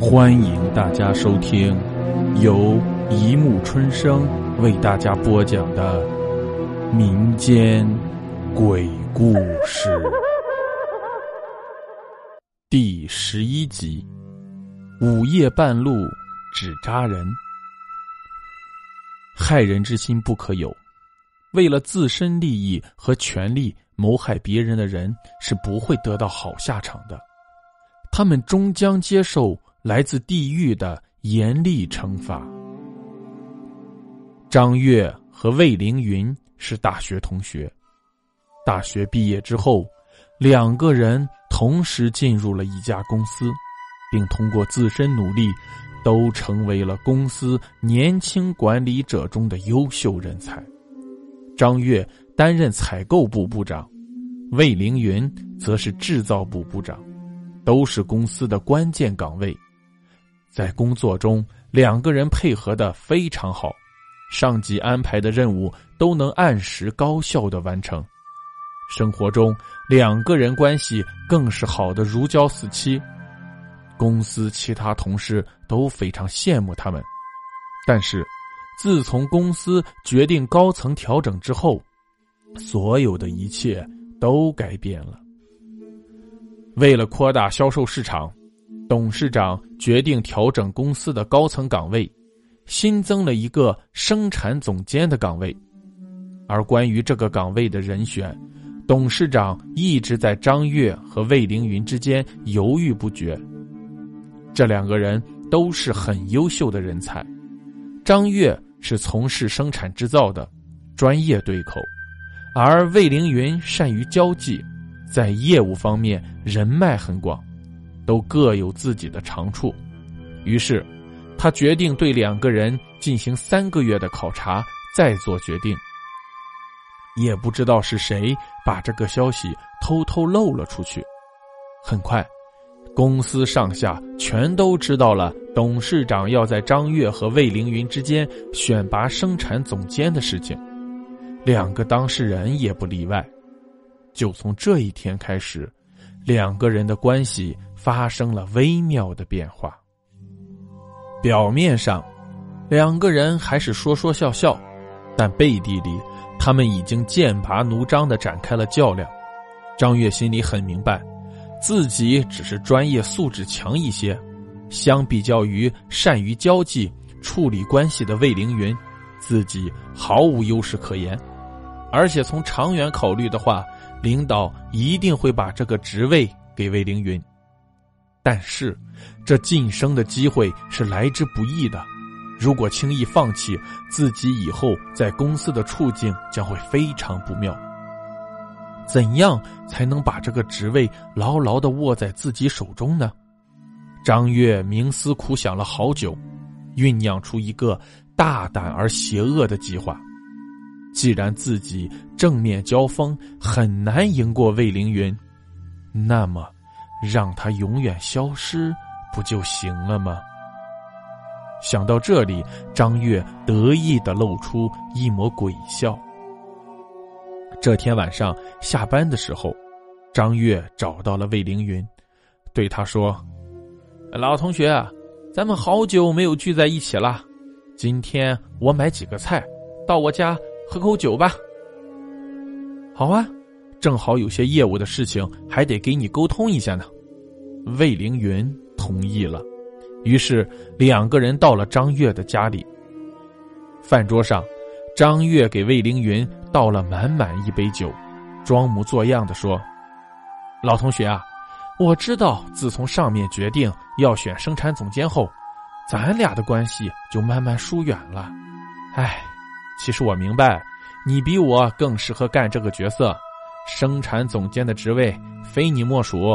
欢迎大家收听由一木春生为大家播讲的民间鬼故事第11集，午夜半路只扎人。害人之心不可有，为了自身利益和权利谋害别人的人是不会得到好下场的，他们终将接受来自地狱的严厉惩罚。张月和魏凌云是大学同学，大学毕业之后，两个人同时进入了一家公司，并通过自身努力都成为了公司年轻管理者中的优秀人才。张月担任采购部部长，魏凌云则是制造部部长，都是公司的关键岗位。在工作中，两个人配合得非常好，上级安排的任务都能按时高效地完成。生活中，两个人关系更是好得如胶似漆。公司其他同事都非常羡慕他们，但是自从公司决定高层调整之后，所有的一切都改变了。为了扩大销售市场，董事长决定调整公司的高层岗位，新增了一个生产总监的岗位。而关于这个岗位的人选，董事长一直在张月和魏凌云之间犹豫不决。这两个人都是很优秀的人才，张月是从事生产制造的，专业对口，而魏凌云善于交际，在业务方面人脉很广，都各有自己的长处。于是他决定对两个人进行3个月的考察，再做决定。也不知道是谁把这个消息偷偷漏了出去，很快公司上下全都知道了董事长要在张月和魏凌云之间选拔生产总监的事情，两个当事人也不例外。就从这一天开始，两个人的关系发生了微妙的变化。表面上两个人还是说说笑笑，但背地里他们已经剑拔弩张地展开了较量。张月心里很明白，自己只是专业素质强一些，相比较于善于交际处理关系的魏凌云，自己毫无优势可言。而且从长远考虑的话，领导一定会把这个职位给魏凌云。但是这晋升的机会是来之不易的，如果轻易放弃，自己以后在公司的处境将会非常不妙。怎样才能把这个职位牢牢地握在自己手中呢？张月冥思苦想了好久，酝酿出一个大胆而邪恶的计划。既然自己正面交锋很难赢过魏凌云，那么让他永远消失不就行了吗？想到这里，张月得意地露出一抹诡笑。这天晚上下班的时候，张月找到了魏凌云，对他说：老同学，咱们好久没有聚在一起了，今天我买几个菜，到我家喝口酒吧。好啊，正好有些业务的事情还得给你沟通一下呢。魏凌云同意了，于是两个人到了张月的家里。饭桌上，张月给魏凌云倒了满满一杯酒，装模作样地说：老同学啊，我知道自从上面决定要选生产总监后，咱俩的关系就慢慢疏远了。其实我明白，你比我更适合干这个角色，生产总监的职位非你莫属。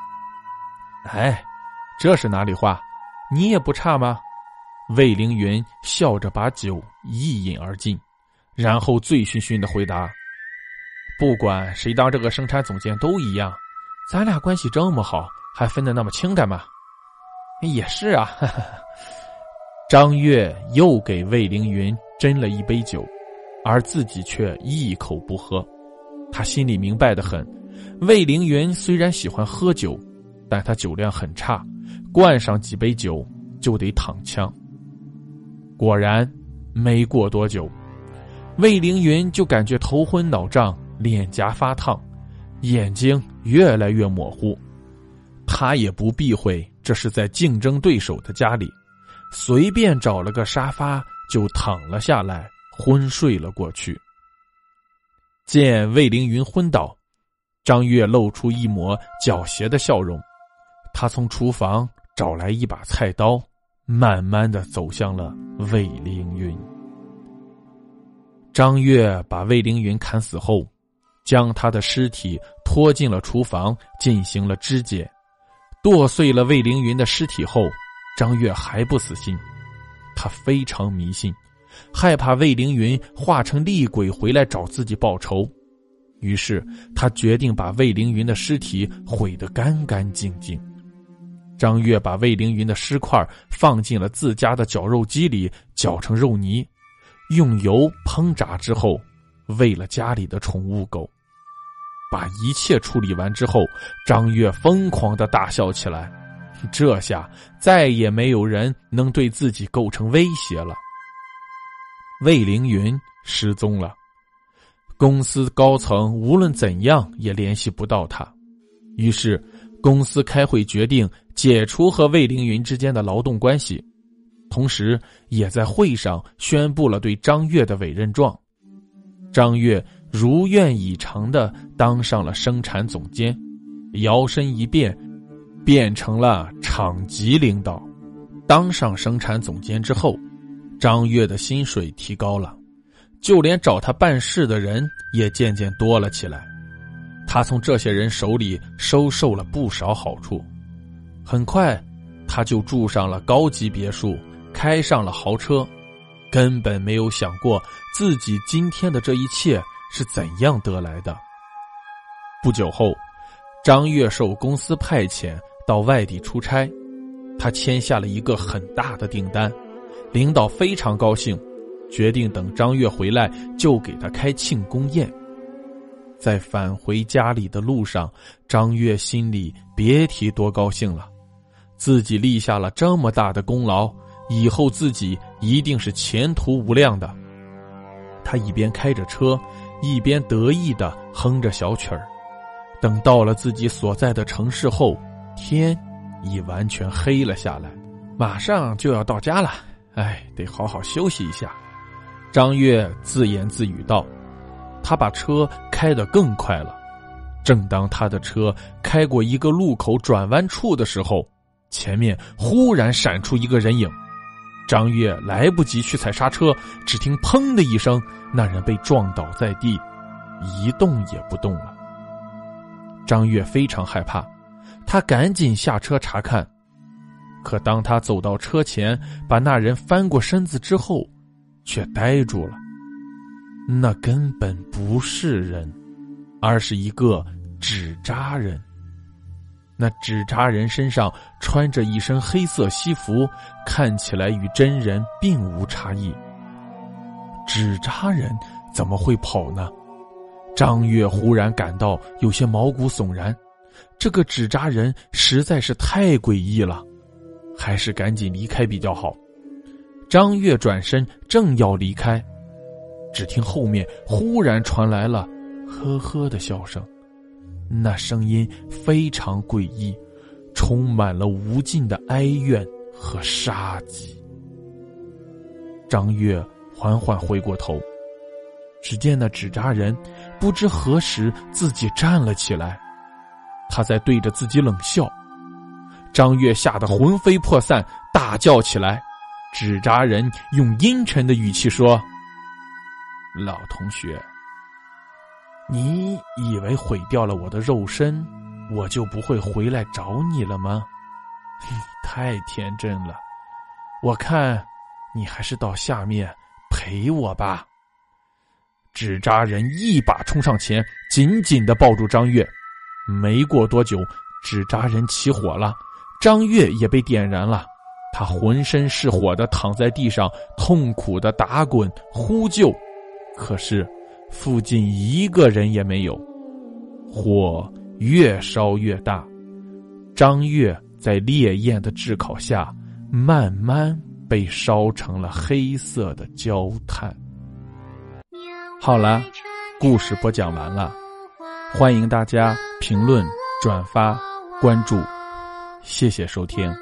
这是哪里话，你也不差吗？魏凌云笑着把酒一饮而尽，然后醉醺醺地回答：不管谁当这个生产总监都一样，咱俩关系这么好，还分得那么清干嘛？也是啊。张月又给魏凌云斟了一杯酒，而自己却一口不喝。他心里明白得很，魏凌云虽然喜欢喝酒，但他酒量很差， 灌上几杯酒就得躺枪。果然没过多久，魏凌云就感觉头昏脑胀，脸颊发烫，眼睛越来越模糊。他也不避讳这是在竞争对手的家里，随便找了个沙发就躺了下来，昏睡了过去。见魏凌云昏倒，张悦露出一抹狡黠的笑容，他从厨房找来一把菜刀，慢慢地走向了魏凌云。张悦把魏凌云砍死后，将他的尸体拖进了厨房进行了肢解。剁碎了魏凌云的尸体后，张悦还不死心，他非常迷信，害怕魏凌云化成厉鬼回来找自己报仇，于是他决定把魏凌云的尸体毁得干干净净。张悦把魏凌云的尸块放进了自家的绞肉机里，搅成肉泥，用油烹炸之后喂了家里的宠物狗。把一切处理完之后，张悦疯狂地大笑起来，这下再也没有人能对自己构成威胁了。魏凌云失踪了，公司高层无论怎样也联系不到他，于是公司开会决定解除和魏凌云之间的劳动关系，同时也在会上宣布了对张悦的委任状。张悦如愿以偿地当上了生产总监，摇身一变变成了厂级领导。当上生产总监之后，张悦的薪水提高了，就连找他办事的人也渐渐多了起来。他从这些人手里收受了不少好处，很快他就住上了高级别墅，开上了豪车，根本没有想过自己今天的这一切是怎样得来的。不久后，张悦受公司派遣到外地出差，他签下了一个很大的订单，领导非常高兴，决定等张悦回来就给他开庆功宴。在返回家里的路上，张悦心里别提多高兴了，自己立下了这么大的功劳，以后自己一定是前途无量的。他一边开着车，一边得意地哼着小曲儿。等到了自己所在的城市后，天已完全黑了下来，马上就要到家了，得好好休息一下。张悦自言自语道。他把车开得更快了，正当他的车开过一个路口转弯处的时候，前面忽然闪出一个人影。张悦来不及去踩刹车，只听砰的一声，那人被撞倒在地，一动也不动了。张悦非常害怕，他赶紧下车查看，可当他走到车前，把那人翻过身子之后，却呆住了。那根本不是人，而是一个纸扎人。那纸扎人身上穿着一身黑色西服，看起来与真人并无差异。纸扎人怎么会跑呢？张悦忽然感到有些毛骨悚然，这个纸扎人实在是太诡异了，还是赶紧离开比较好。张悦转身正要离开，只听后面忽然传来了呵呵的笑声，那声音非常诡异，充满了无尽的哀怨和杀机。张悦缓缓回过头，只见那纸扎人不知何时自己站了起来，他在对着自己冷笑。张悦吓得魂飞魄散，大叫起来。纸扎人用阴沉的语气说：老同学，你以为毁掉了我的肉身，我就不会回来找你了吗？太天真了，我看你还是到下面陪我吧。纸扎人一把冲上前，紧紧地抱住张悦。没过多久，纸扎人起火了，张悦也被点燃了。他浑身是火地躺在地上，痛苦地打滚呼救，可是附近一个人也没有。火越烧越大，张悦在烈焰的炙烤下，慢慢被烧成了黑色的焦炭。好了，故事播讲完了，欢迎大家评论、转发、关注，谢谢收听。